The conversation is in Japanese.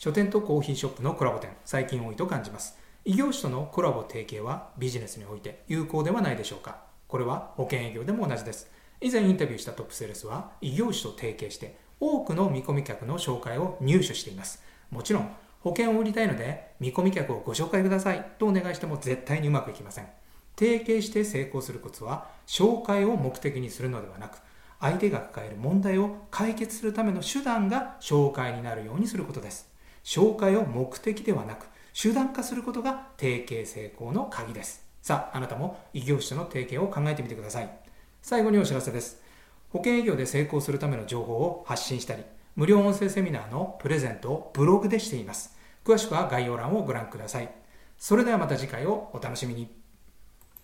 書店とコーヒーショップのコラボ店、最近多いと感じます。異業種とのコラボ提携はビジネスにおいて有効ではないでしょうか。これは保険営業でも同じです。以前インタビューしたトップセールスは異業種と提携して多くの見込み客の紹介を入手しています。もちろん保険を売りたいので見込み客をご紹介くださいとお願いしても絶対にうまくいきません。提携して成功するコツは紹介を目的にするのではなく、相手が抱える問題を解決するための手段が紹介になるようにすることです。紹介を目的ではなく手段化することが提携成功の鍵です。さあ、あなたも異業種との提携を考えてみてください。最後にお知らせです。保険営業で成功するための情報を発信したり、無料音声セミナーのプレゼントをブログでしています。詳しくは概要欄をご覧ください。それではまた次回をお楽しみに。